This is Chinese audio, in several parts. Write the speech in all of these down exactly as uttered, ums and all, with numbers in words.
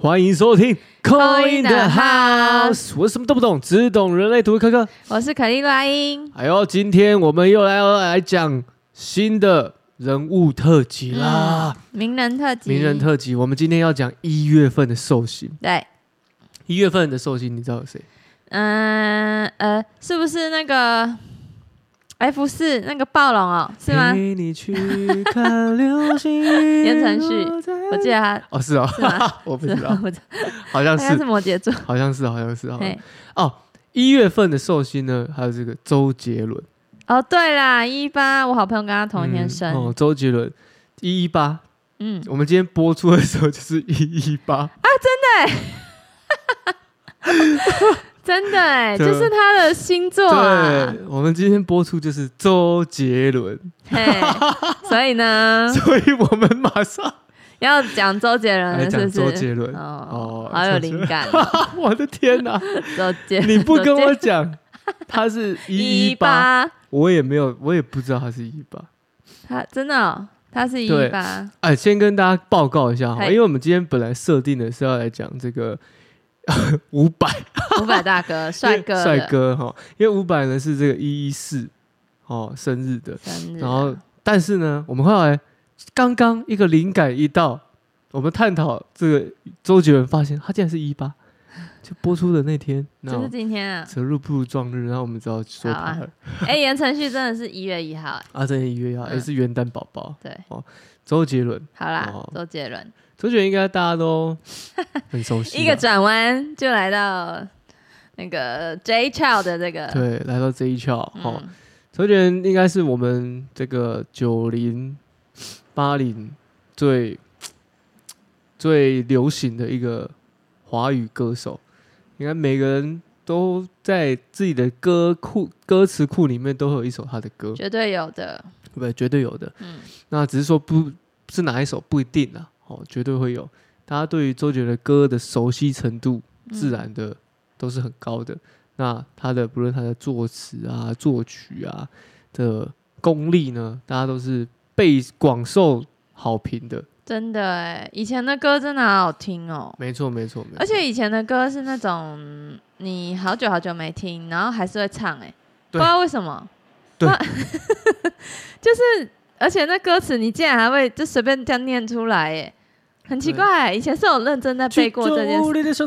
欢迎收听 Call in in the the House， 我什么都不懂，只懂人类图科科。 我是可丽露阿英。 哎呦，今天我们又来来讲新的人物特辑啦， 嗯、名人特辑。 名人特辑，我们今天要讲一月份的寿星。 对， 一月份的寿星，你知道有谁？ 嗯 呃, 呃，是不是那个 F 四那个暴龙哦？是吗？ 陪你去看流星雨。 言承旭，我记得他哦，是哦， 是吗我不知道， 是好像是， 他是摩羯座， 好像是，好像是，好像哦。一月份的寿星呢，还有这个周杰伦。 哦，对啦，一八，我好朋友跟他同一天生。 嗯、哦，周杰伦一一八。 嗯， 我们今天播出的时候就是一一八啊，真的真的哎，就是他的星座啊。 对，我们今天播出就是周杰伦， 所以呢， 所以我们马上要讲周杰伦了，是不是？ 周杰伦哦，哦好有灵感。 我的天哪！ 周杰， 你不跟我讲他是一一八，我也没有，我也不知道他是一八。 他真的、哦，他是一一八。 哎，先跟大家报告一下哈，因为我们今天本来设定的是要来讲这个。伍佰， 伍佰大哥，帅哥， 帅哥哈！因为伍佰呢是这个一一四哦生日的， 生日、啊。 然后，但是呢，我们后来刚刚一个灵感一到，我们探讨这个周杰伦，发现他竟然是一八，就播出的那天， 就是今天啊， 择日不如撞日，然后我们只好说他了。 哎、啊，言承旭真的是一月一号、欸， 啊，真的一月一号，也、嗯、是元旦宝宝。 对， 哦，周杰伦， 好啦，哦、周杰伦。 周杰伦应该大家都很熟悉， 一个转弯就来到那个 J Child 的这个， 对，来到 J Child、嗯哦、周杰伦应该是我们这个九零八零最最流行的一个华语歌手，应该每个人都在自己的歌库、歌词库里面都会有一首他的歌， 绝对有的， 对不对？绝对有的。 嗯，那只是说不是哪一首不一定啊。哦，绝对会有。大家对于周杰伦的歌的熟悉程度，自然的、嗯、都是很高的。那他的不论他的作词啊、作曲啊的功力呢，大家都是被广受好评的。 真的哎，以前的歌真的好好听哦。 没错，没错，没错。 而且以前的歌是那种你好久好久没听，然后还是会唱哎，不知道为什么。 对， 就是。而且那歌词你竟然还会就随便这样念出来耶，很奇怪。以前是有认真在背过这件事。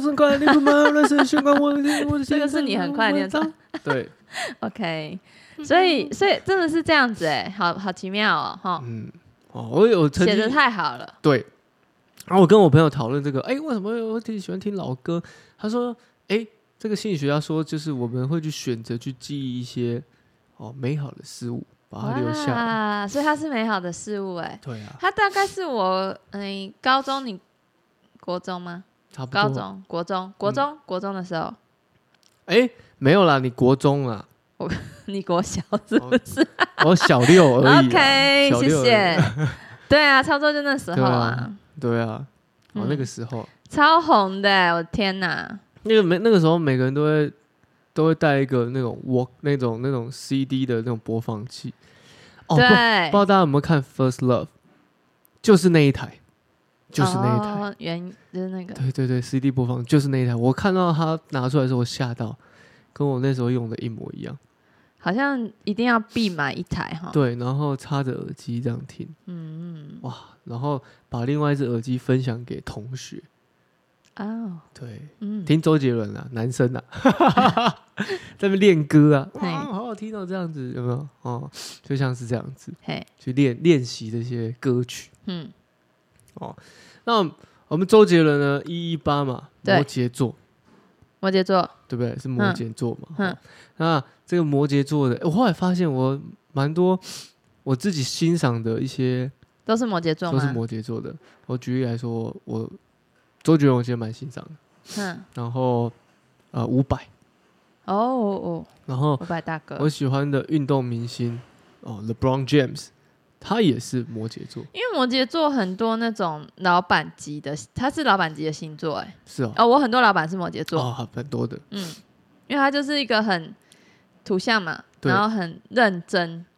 这个是你很快念出来。 对 ，OK， 所以所以真的是这样子哎，好好奇妙哦，哈。 嗯，哦，我有写得太好了。 对，然后我跟我朋友讨论这个，哎，为什么我挺喜欢听老歌？他说，哎，这个心理学家说，就是我们会去选择去记忆一些哦美好的事物。把它留下啊，所以它是美好的事物哎。 对啊， 它大概是我嗯高中你国中吗？ 差不多。 高中、国中、国中、嗯、国中的时候， 哎、欸，没有啦，你国中啦， 我你国小是不是？ 我, 我小六而已。 OK， 谢谢。对啊，差不多就那时候啊。 对啊，哦、嗯，那个时候超红的，我的天哪！ 那个每那个时候每个人都会。都会带一个那种我那种那种 C D 的那种播放器，哦， 对， 不, 不知道大家有没有看 First Love， 就是那一台，就是那一台， 哦，原就是那个， 对对对 ，C D 播放就是那一台。我看到它拿出来的时候，我吓到，跟我那时候用的一模一样。 好像一定要必买一台哈。 对，然后插着耳机这样听，嗯嗯，哇，然后把另外一只耳机分享给同学。哦，对，嗯，听周杰伦啊，男生啊，在那边练歌啊，哇，好好听到、哦、这样子，有没有？哦，就像是这样子，去练练习这些歌曲，嗯，哦，那我们周杰伦呢，一一八嘛，摩羯座， 摩羯座， 对不对？是摩羯座嘛，嗯，哦、那这个摩羯座的，我后来发现我蛮多我自己欣赏的一些都是摩羯座吗？ 都是摩羯座的。我举例来说，我。周杰伦我其实蛮欣赏的，嗯，然后呃伍佰， 哦哦， 然后伍佰大哥， 我喜欢的运动明星哦 ，LeBron James， 他也是摩羯座， 因为摩羯座很多那种老板级的，他是老板级的星座，哎， 是哦， 哦，我很多老板是摩羯座， 哦，很多的， 嗯，因为他就是一个很图像嘛，然后很认真，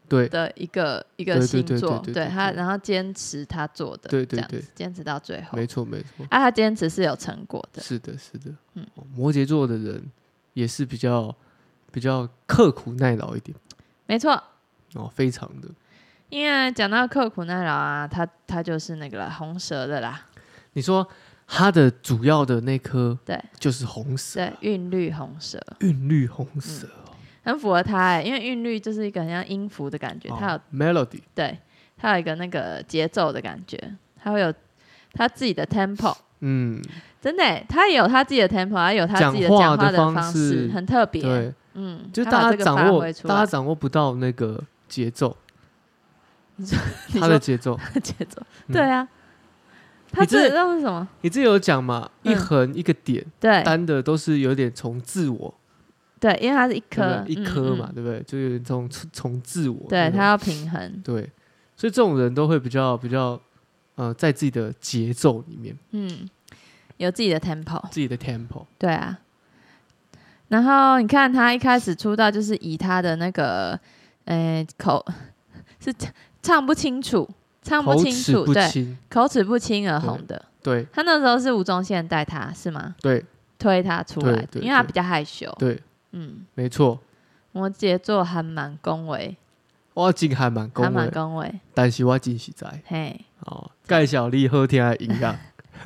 的一个一个星座，对他，然后坚持他做的，对对对，坚持到最后， 没错没错。 啊，他坚持是有成果的， 是的，是的。嗯，摩羯座的人也是比较比较刻苦耐劳一点， 没错。 哦，非常的。 因为讲到刻苦耐劳啊，他他就是那个啦，红蛇的啦。 你说他的主要的那颗， 对， 就是红蛇， 对，韵律红蛇， 韵律红蛇。嗯， 很符合他哎，因为韵律就是一个很像音符的感觉，它、哦、 有 melody， 对，它有一个那个节奏的感觉，它会有他自己的 tempo， 嗯，真的耶，他也有他自己的 tempo， 他有他自己的讲话的方式，很特别， 对， 嗯， 就是大家掌握，大家掌握不到那个节奏，他的节奏， 节奏，对啊，嗯、他这那是什么？ 你之前有讲嘛，一横一个点， 对， 单的都是有点从自我。 对，因为它是一颗一颗嘛，嗯嗯对不对？就有点从从自我， 对，它要平衡， 对，所以这种人都会比较比较呃，在自己的节奏里面，嗯， 有自己的 tempo， 自己的 tempo， 对啊。然后你看他一开始出道就是以他的那个呃口是唱不清楚，唱不清楚， 口对，口齿不清而红的， 对。 他那时候是吴宗宪带他是吗？ 对， 推他出来的，因为他比较害羞， 对。嗯，没错， 摩羯座还蛮恭维， 我真还蛮恭维， 还蛮恭维， 但是我真实在，嘿，哦，介绍你好听的音乐，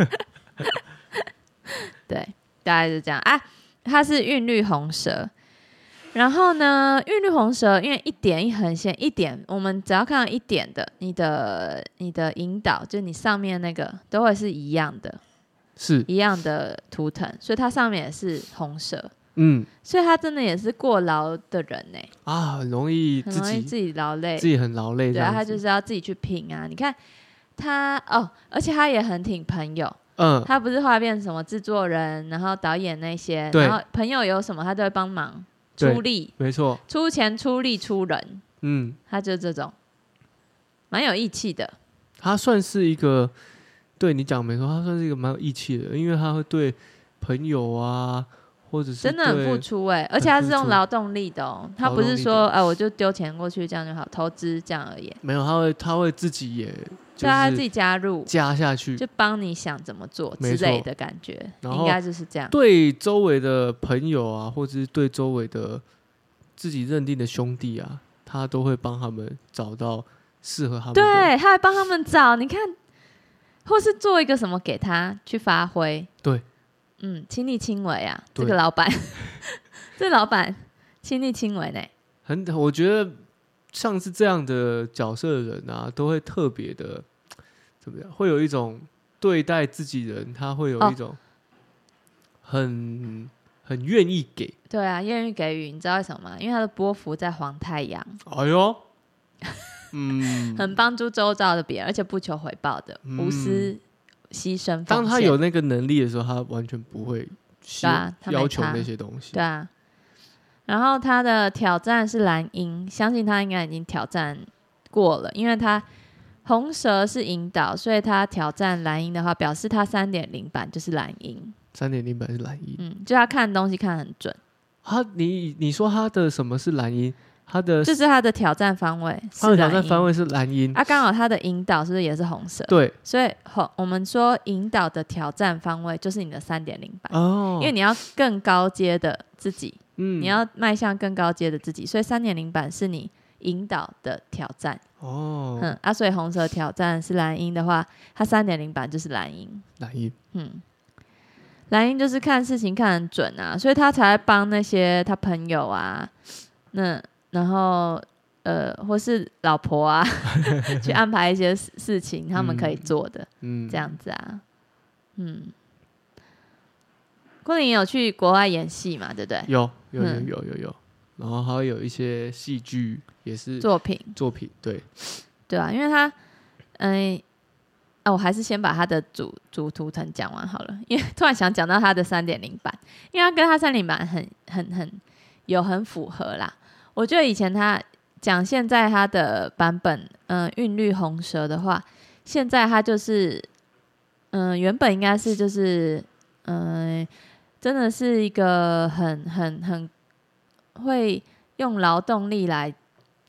对，大概是这样啊。它是韵律红蛇，然后呢，韵律红蛇因为一点一横线，一点我们只要看到一点的，你的你的引导，就你上面那个都会是一样的， 是一样的图腾，所以它上面也是红蛇。嗯，所以他真的也是过劳的人呢、欸， 啊，很容易自己很容易自己劳累， 自己很劳累， 对啊，他就是要自己去拼啊。你看他哦，而且他也很挺朋友，嗯，他不是后来变成什么制作人，然后导演那些，然后朋友有什么他都会帮忙出力， 没错， 出钱出力出人，嗯，他就这种蛮有义气的。 他算是一个，对你讲没错，他算是一个蛮有义气的，因为他会对朋友啊。或者是真的很付出哎、欸，而且他是用劳动力的哦、喔，他不是说哎、呃、我就丢钱过去这样就好，投资这样而已。 没有，他会他会自己也， 对啊，他自己加入加下去， 就帮你想怎么做之类的感觉，应该就是这样。 对周围的朋友啊，或者是对周围的自己认定的兄弟啊，他都会帮他们找到适合他们的。 对，他还帮他们找，你看，或是做一个什么给他去发挥。 对。 嗯，亲力亲为啊，这个老板，这老板亲力亲为呢。 很，我觉得像是这样的角色的人啊，都会特别的怎么样？会有一种对待自己人，他会有一种很、哦、很愿意给。 对啊，愿意给予，你知道为什么吗？因为他的波幅在黄太阳。 哎呦，嗯， 很帮助周遭的别人，而且不求回报的，嗯、无私。牺牲奉献， 当他有那个能力的时候，他完全不会啊要求那些东西。 对啊，然后他的挑战是蓝鹰，相信他应该已经挑战过了，因为他红蛇是引导，所以他挑战蓝鹰的话，表示他三点零版就是蓝鹰。 三点零版是蓝鹰， 嗯，就他看东西看很准。 他你你说他的什么是蓝鹰？他的就是他的挑战方位， 他的挑战方位是蓝鹰啊，刚好他的引导是不是也是红色？ 对， 所以红我们说引导的挑战方位就是你的三点零版哦，因为你要更高阶的自己，嗯，你要迈向更高阶的自己，所以三点零版是你引导的挑战哦，嗯啊，所以红色挑战是蓝鹰的话，它三点零版就是蓝鹰， 蓝鹰， 嗯，蓝鹰就是看事情看很准啊，所以他才会帮那些他朋友啊，那。然后，呃，或是老婆啊，去安排一些事情，他们可以做的，嗯，这样子啊，嗯。昆凌也有去国外演戏嘛，对不对？ 有，有，有，有，有，有。然后还有一些戏剧也是作品， 作品，对， 对啊，因为他，嗯、呃，啊，我还是先把他的主主图腾讲完好了，因为突然想讲到他的三点零版，因为他跟他三点零版很、很、很有很符合啦。我觉得以前他讲现在他的版本，嗯、呃，韵律红蛇的话，现在他就是，嗯、呃，原本应该是就是，嗯、呃，真的是一个很很很会用劳动力来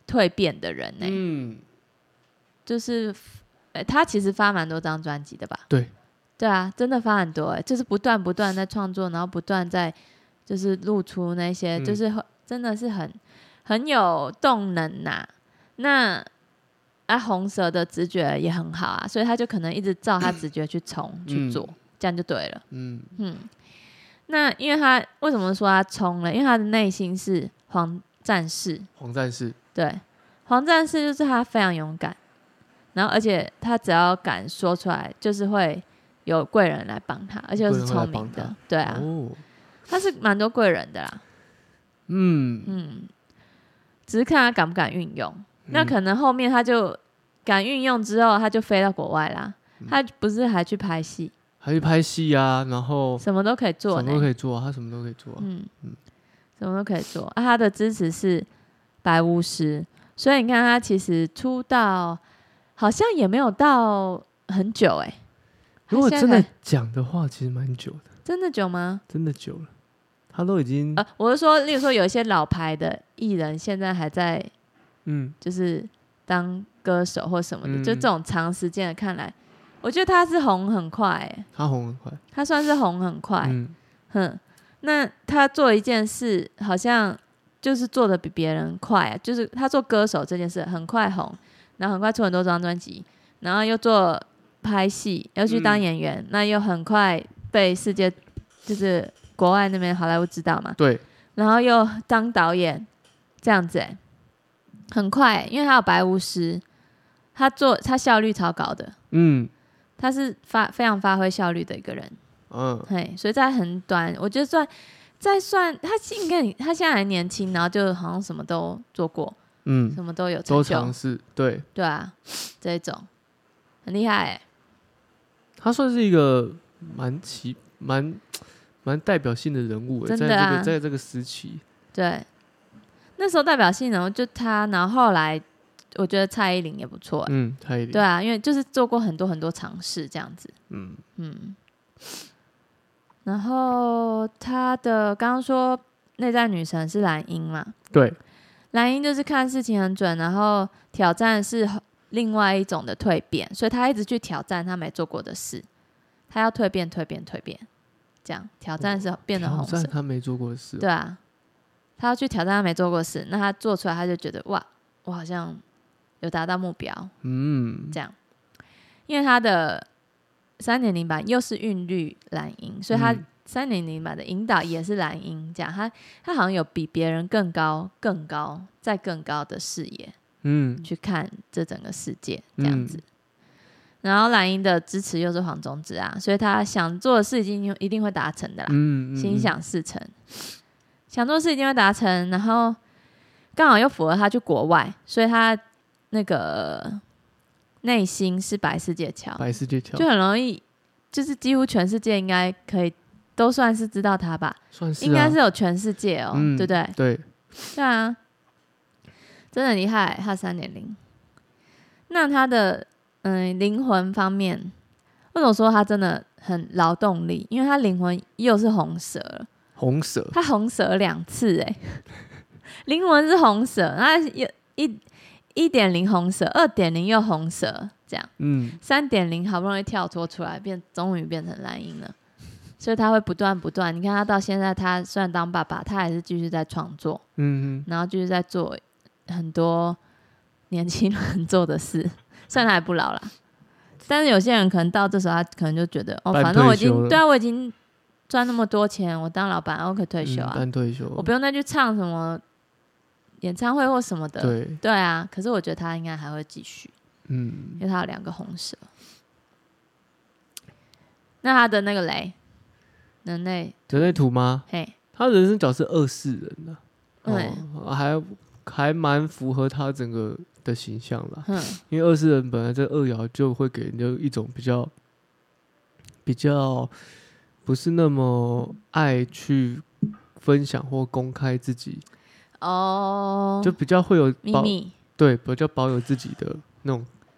蜕变的人呢、欸。嗯，就是、欸、他其实发蛮多张专辑的吧？ 对， 对啊，真的发很多哎、欸，就是不断不断在创作，然后不断在就是露出那些，嗯、就是真的是很很有动能呐、啊。那啊，红蛇的直觉也很好啊，所以他就可能一直照他直觉去冲、嗯、去做，这样就对了。嗯嗯。那因为他为什么说他冲了？因为他的内心是黄战士。 黄战士。对， 黄战士就是他非常勇敢，然后而且他只要敢说出来，就是会有贵人来帮他，而且又是聪明的。对啊，哦、他是蛮多贵人的啦。嗯嗯，只是看他敢不敢运用。那可能后面他就敢运用之后，他就飞到国外啦。嗯、他不是还去拍戏？ 还去拍戏啊，然后什么都可以做， 什么都可以做、啊，他什么都可以做、啊。嗯嗯，什么都可以做啊。他的支持是白巫师，所以你看他其实出道好像也没有到很久哎、欸。 如果真的讲的话，其实蛮久的。 真的久吗？ 真的久了，他都已经…… 呃，我是说，例如说有一些老牌的艺人，现在还在，嗯，就是当歌手或什么的，嗯、就这种长时间的看来。我觉得他是红很快、欸， 他红很快， 他算是红很快，嗯，哼，那他做一件事，好像就是做的比别人快、啊，就是他做歌手这件事很快红，然后很快出很多张专辑，然后又做拍戏，又去当演员，嗯、那又很快被世界，就是国外那边好莱坞知道嘛， 对， 然后又当导演，这样子、欸，很快、欸，因为他有白巫师，他做他效率超高的，嗯。他是发非常发挥效率的一个人，嗯，嘿，所以在很短，我觉得算再算他应该他现在还年轻，然后就好像什么都做过，嗯，什么都有成就， 都尝试，对， 对啊，这一种很厉害哎、欸， 他算是一个蛮奇蛮蛮代表性的人物、欸， 真的啊， 在这个在这个时期， 对，那时候代表性人物就他，然后后来。我觉得蔡依林也不错、欸， 嗯，蔡依林， 对啊，因为就是做过很多很多尝试这样子，嗯嗯。然后他的刚刚说内在女神是蓝鹰嘛， 对， 蓝鹰就是看事情很准，然后挑战是另外一种的蜕变，所以他一直去挑战他没做过的事，他要蜕变蜕变蜕变，这样挑战是变得红色， 挑战他没做过的事、哦， 对啊，他要去挑战他没做过的事，那他做出来他就觉得哇，我好像。有达到目标，嗯，这样，因为他的三点零版又是韵律蓝音，所以他三点零版的引导也是蓝音，这样，他他好像有比别人更高、更高、再更高的视野，嗯，去看这整个世界这样子。嗯、然后蓝音的支持又是黄宗子啊，所以他想做的事一定一定会达成的啦，嗯嗯嗯心想事成，想做的事一定会达成，然后刚好又符合他去国外，所以他。那个内心是白世界桥， 白世界桥就很容易，就是几乎全世界应该可以都算是知道他吧， 算是、啊、 应该是有全世界哦，嗯、对不对？ 对， 对啊，真的厉害，他三点零。那他的嗯灵魂方面，为什么说他真的很劳动力？因为他灵魂又是红蛇了， 红蛇， 他红蛇两次哎，灵魂是红蛇，他有一。一点零红蛇，二点零又红蛇，这样，嗯，三点零好不容易跳脱出来，变终于变成蓝鹰了，所以他会不断不断。你看他到现在，他虽然当爸爸，他还是继续在创作，嗯，然后继续在做很多年轻人做的事，虽然他还不老啦，但是有些人可能到这时候，他可能就觉得，哦，反正我已经对啊，我已经赚那么多钱，我当老板，我可以退休啊， 嗯、退休， 我不用再去唱什么。演唱会或什么的， 对对啊，可是我觉得他应该还会继续，嗯，因为他有两个红蛇。那他的那个雷，人类人类图吗？ 嘿， 他人生角色二世人呢、啊，嗯、哦，还还蛮符合他整个的形象啦。嗯，因为二世人本来在二爻就会给人家一种比较比较不是那么爱去分享或公开自己。哦，就比较会有秘密， 对，比较保有自己的那种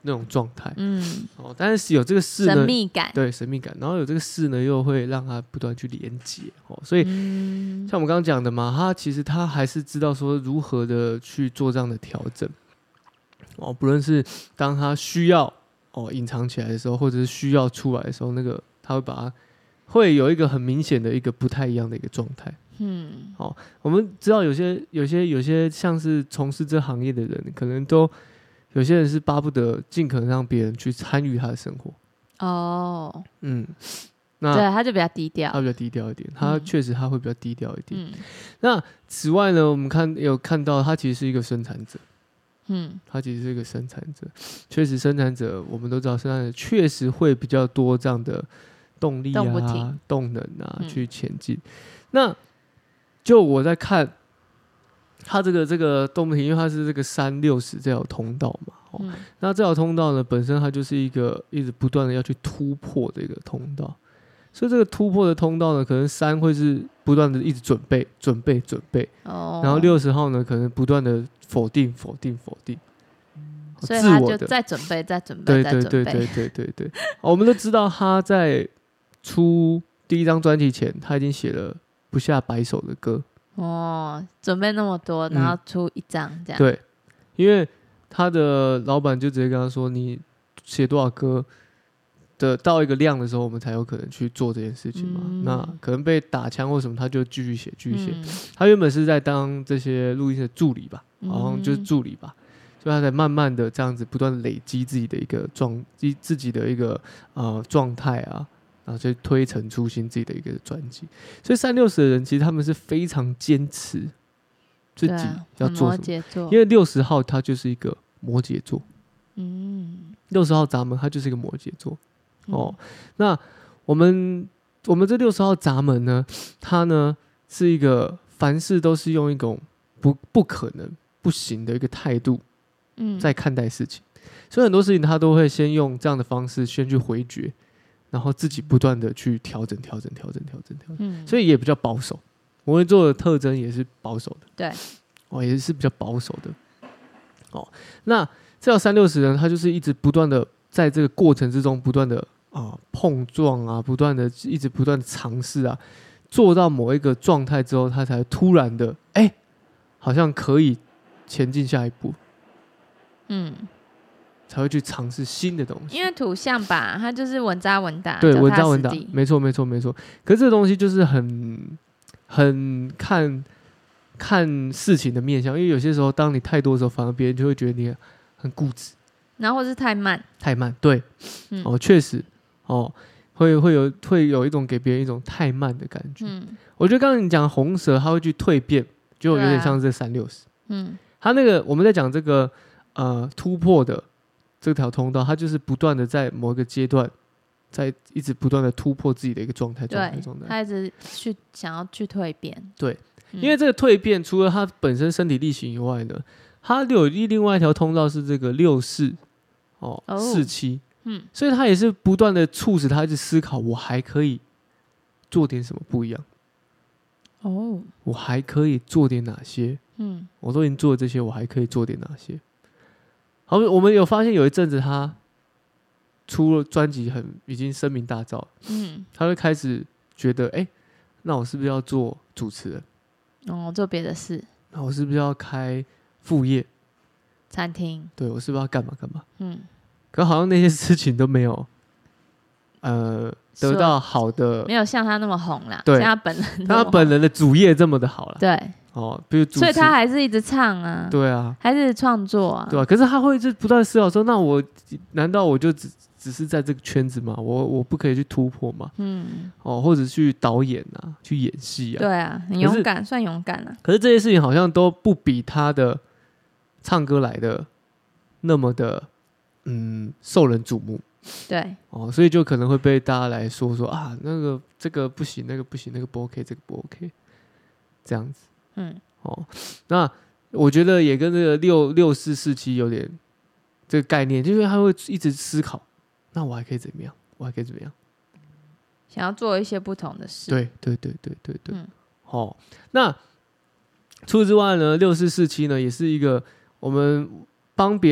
那种状态，嗯，哦，但是有这个事呢， 神秘感， 对，神秘感，然后有这个事呢，又会让他不断去连接，哦，所以、嗯、像我们刚刚讲的嘛，他其实他还是知道说如何的去做这样的调整，哦，不论是当他需要哦隐藏起来的时候，或者是需要出来的时候，那个他会把它会有一个很明显的一个不太一样的一个状态。嗯，好、哦，我们知道有些有些有些像是从事这行业的人，可能都。有些人是巴不得尽可能让别人去参与他的生活。哦，嗯，那对，他就比较低调， 他比较低调一点，他确实他会比较低调一点。嗯，那此外呢，我们看有看到他其实是一个生产者。嗯，他其实是一个生产者，确实生产者我们都知道，生产者确实会比较多这样的动力啊、动能啊、嗯、去前进。那就我在看。它这个这个动不停，因为它是这个三六十这条通道嘛，哦嗯、那这条通道呢，本身它就是一个一直不断的要去突破的一个通道，所以这个突破的通道呢，可能三会是不断的一直准备、准备、准备，哦、然后六十号呢，可能不断的否定、否定、否定， 所以他就再准备、再准备、再准备， 对对对对对对对。我们都知道他在出第一张专辑前，他已经写了不下百首的歌。 哦，准备那么多，然后出一张这样、嗯。 对，因为他的老板就直接跟他说：“你写多少歌的到一个量的时候，我们才有可能去做这件事情嘛。嗯、那可能被打枪或什么，他就继续写，继续写。嗯、他原本是在当这些录音的助理吧，好像就是助理吧，嗯、所以他才慢慢的这样子不断累积自己的一个状，自己的一个呃状态啊。”然后就推陈出新自己的一个专辑，所以三六十的人其实他们是非常坚持自己要做什么，因为六十号他就是一个摩羯座，嗯，六十号闸门他就是一个摩羯座，哦，嗯、那我们我们这六十号闸门呢，他呢是一个凡事都是用一种不不可能不行的一个态度，嗯，在看待事情，所以很多事情他都会先用这样的方式先去回绝。然后自己不断的去调整、调整、调整、调整、调整，嗯、所以也比较保守。摩羯座的特征也是保守的， 对， 哦，也是比较保守的。哦，那这条三六十人，他就是一直不断的在这个过程之中，不断的啊、呃、碰撞啊，不断的一直不断的尝试啊，做到某一个状态之后，他才突然的，哎，好像可以前进下一步。嗯。才会去尝试新的东西， 因为图像吧，它就是稳扎稳打， 对，稳扎稳打，没错，没错，没错。可是这个东西就是很很看看事情的面向，因为有些时候，当你太多的时候，反而别人就会觉得你很固执， 然后或是太慢， 太慢，对，嗯、哦，确实，哦，会会有会有一种给别人一种太慢的感觉。嗯，我觉得刚刚你讲红蛇，它会去蜕变，就有点像这三六十，嗯，它那个我们在讲这个呃突破的。这条通道，它就是不断的在某一个阶段，在一直不断的突破自己的一个状态，状态，状态。 他一直去想要去蜕变。 对，嗯、因为这个蜕变，除了他本身身体力行以外呢，他有另外一条通道是这个六四哦四七，嗯，所以他也是不断的促使他一直思考，我还可以做点什么不一样。哦，我还可以做点哪些？嗯，我都已经做了这些，我还可以做点哪些？好，我们有发现有一阵子他出了专辑，很已经声名大噪，嗯，他会开始觉得，哎、欸，那我是不是要做主持人？ 哦，做别的事？ 那我是不是要开副业？ 餐厅？ 对，我是不是要干嘛干嘛？嗯，可好像那些事情都没有，呃，得到好的， 没有像他那么红啦。 对， 像他本人， 他本人的主业这么的好了。 对。 哦，比如主持， 所以他还是一直唱啊， 对啊， 还是创作啊， 对啊。可是他会一直不断思考说，那我难道我就只只是在这个圈子吗？我我不可以去突破吗？嗯，哦，或者去导演啊，去演戏啊， 对啊，很勇敢，算勇敢啊。 可是这些事情好像都不比他的唱歌来的那么的嗯受人瞩目。 对， 哦，所以就可能会被大家来说说啊，那个这个不行，那个不行，那个不 OK， 这个不 OK， 这样子。嗯，哦，那我觉得也跟这个六六四四七有点这个概念，就是他会一直思考，那我还可以怎么样？我还可以怎么样？ 想要做一些不同的事。 对对对对对对。嗯，好、哦，那除此之外呢，六四四七呢，也是一个我们帮别人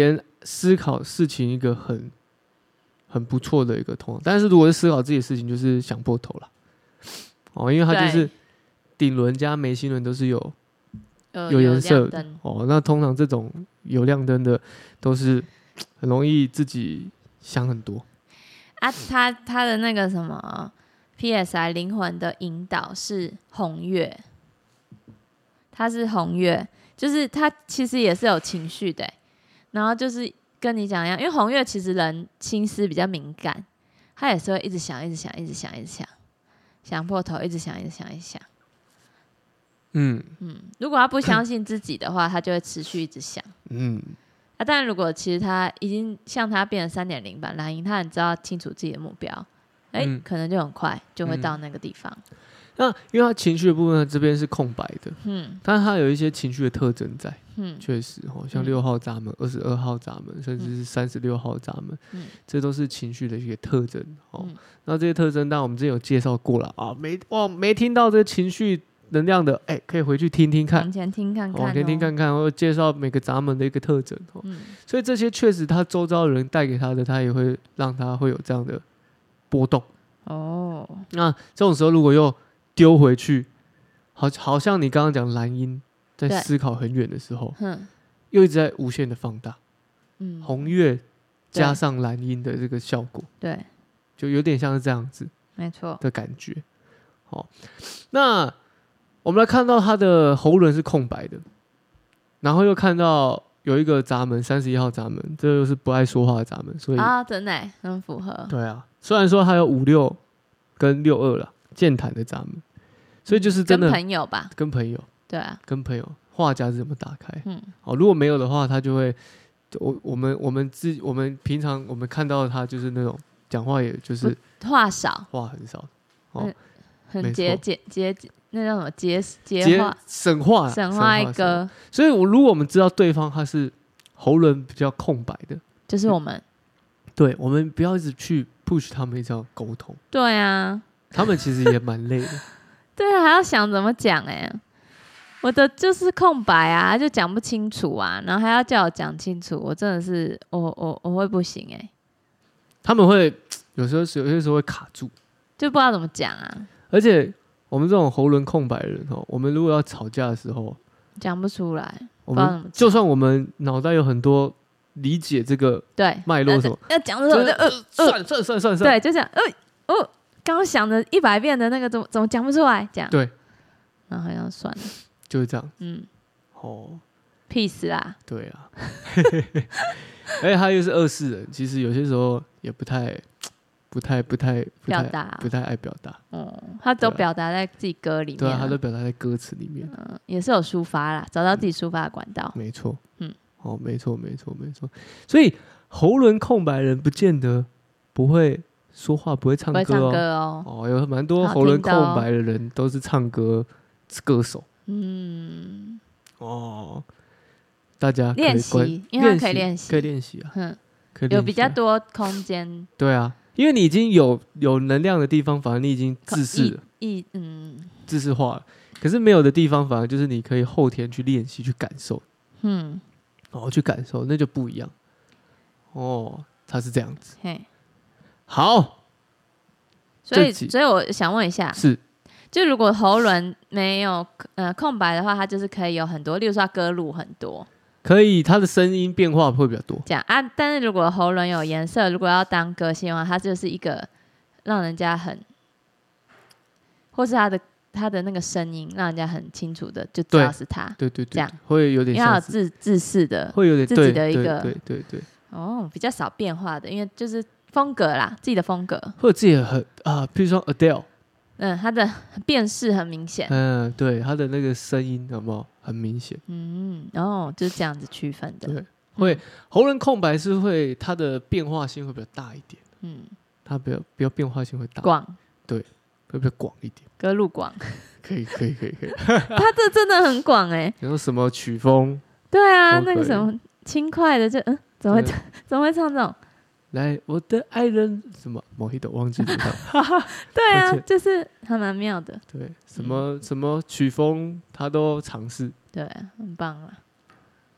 思考事情一个很很不错的一个通，但是如果是思考自己的事情，就是想破头了。哦，因为它就是顶轮加眉心轮都是有有颜色的哦。那通常这种有亮灯的都是很容易自己想很多啊。他他的那个什么 P S I 灵魂的引导是红月，他是红月，就是他其实也是有情绪的，然后就是跟你讲一样，因为红月其实人心思比较敏感，他也是会一直想一直想一直想一直想想破头，一直想一直想一直想。嗯嗯，如果他不相信自己的话，他就会持续一直想。嗯，啊，但如果其实他已经像他变成 三点零 版蓝鹰，他很知道清楚自己的目标，哎、欸嗯，可能就很快就会到那个地方。嗯、 那因为他情绪的部分这边是空白的，嗯，但是他有一些情绪的特征在，嗯，确实哦，像六号闸门、二十二号闸门，甚至是三十六号闸门，嗯，这都是情绪的一些特征哦、嗯。那这些特征，当然我们之前有介绍过了啊，没哇没听到这个情绪能量的，哎、欸，可以回去听听看， 往前听看看、哦， 往前听看看，或者介绍每个闸门的一个特征、哦嗯、所以这些确实他周遭的人带给他的，他也会让他会有这样的波动哦。那这种时候如果又丢回去，好好像你刚刚讲蓝鹰在思考很远的时候，又一直在无限的放大，嗯，红月加上蓝鹰的这个效果， 对， 就有点像是这样子， 没错的感觉。好，那我们来看到它的喉轮是空白的，然后又看到有一个闸门，三十一号闸门，这就是不爱说话的闸门，所以啊，真的很符合。 对啊，虽然说还有五六跟六二了，健谈的闸门，所以就是真的跟朋友吧， 跟朋友， 对啊， 跟朋友话匣子怎么打开？嗯，哦，如果没有的话，他就会，我我们我们自我们平常我们看到他就是那种讲话，也就是话少， 话很少，哦， 嗯、很节俭节那叫什么节节话省话省话一个。 所以我如果我们知道对方他是喉轮比较空白的， 就是我们， 对我们不要一直去 push 他们，一直要沟通。 对啊， 他们其实也蛮累的。 对啊，还要想怎么讲哎、欸，我的就是空白啊，就讲不清楚啊，然后还要叫我讲清楚，我真的是我我我会不行哎、欸。 他们会有时候有些时候会卡住， 就不知道怎么讲啊。 而且我们这种喉轮空白的人哦，我们如果要吵架的时候， 讲不出来， 我们就算我们脑袋有很多理解这个对脉络什么， 要讲的时候就呃算算算算算， 对，就这样，呃哦。刚刚想的一百遍的那个怎么怎么讲不出来？这样对， 然后好像算了， 就是这样。 嗯， 哦 ，peace 啦。 对啊，而且他又是二世人，其实有些时候也不太、不太、不太表达， 不太爱表达。 哦、嗯，他都表达在自己歌里面、啊， 对啊，他都表达在歌词里面。 嗯，也是有抒发啦，找到自己抒发的管道。 嗯、没错，嗯，哦，没错，没错，没错。所以喉轮空白人不见得不会。说话不会唱歌 哦, 不会唱歌哦， 哦有蛮多喉轮空白的人都是唱歌歌手。嗯，哦，大家练习，因为他可以练习， 可以练习啊，嗯，可以有比较多空间。 对啊，因为你已经有有能量的地方，反而你已经自视了， 意嗯， 自视化了。可是没有的地方，反而就是你可以后天去练习、去感受，嗯，哦，去感受，那就不一样。哦，它是这样子。嘿。好， 所以所以我想问一下， 是， 就如果喉轮没有呃空白的话，它就是可以有很多，例如说它歌路很多， 可以，它的声音变化会比较多。 这样啊，但是如果喉轮有颜色，如果要当歌星的话，它就是一个让人家很，或是它的它的那个声音让人家很清楚的就知道是他， 对对对， 这样会有点像因为有自自视的， 会有点自己的一个， 对对 对, 对, 对哦，比较少变化的，因为就是。风格啦，自己的风格， 或者自己很啊，譬如说 Adele， 嗯，他的辨识很明显， 嗯，对，他的那个声音有没有很明显？ 嗯，然后就是这样子区分的， 对，会、嗯、喉轮空白是会它的变化性会比较大一点，嗯，它比较比较变化性会大， 广， 对，会比较广一点， 歌路广， 可以可以可以可以， 他这真的很广哎、欸， 有说什么曲风？ 对啊，那个什么轻快的就嗯，怎么会怎么会唱这种？ 来，我的爱人什么Mojito忘记了， 对啊，就是还蛮妙的。 对，什么、嗯、什么曲风他都尝试， 对，很棒啊。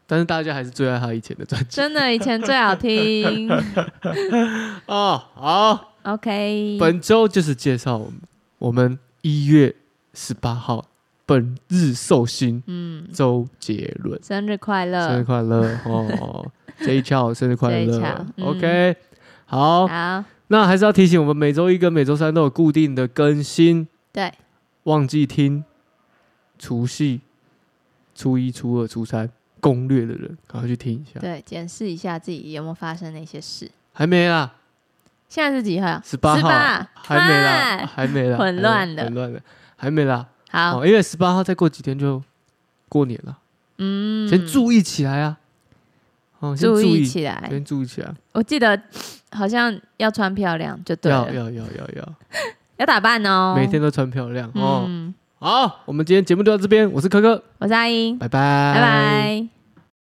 但是大家还是最爱他以前的专辑， 真的以前最好听。 哦，好 ，OK， 本周就是介绍我们我们一月十八号本日寿星，嗯，周杰伦， 生日快乐， 生日快乐哦，J 巧生日快乐 ，OK，、嗯、好， 好， 那还是要提醒我们每周一跟每周三都有固定的更新， 对， 忘记听除夕、初一、初二、初三攻略的人，赶快去听一下， 对，检视一下自己有没有发生那些事， 还没啦。 现在是几号？ 十八号，还没啦，还没啦， 混乱的， 混乱的，还没啦。 好， 哦、因为十八号再过几天就过年了，嗯，先注意起来啊！哦，先注意起来， 先注意起来。 我记得好像要穿漂亮，就对了， 要要要要要， 要打扮哦， 每天都穿漂亮哦。嗯、好，我们今天节目就到这边，我是柯柯， 我是阿英， 拜拜， 拜拜。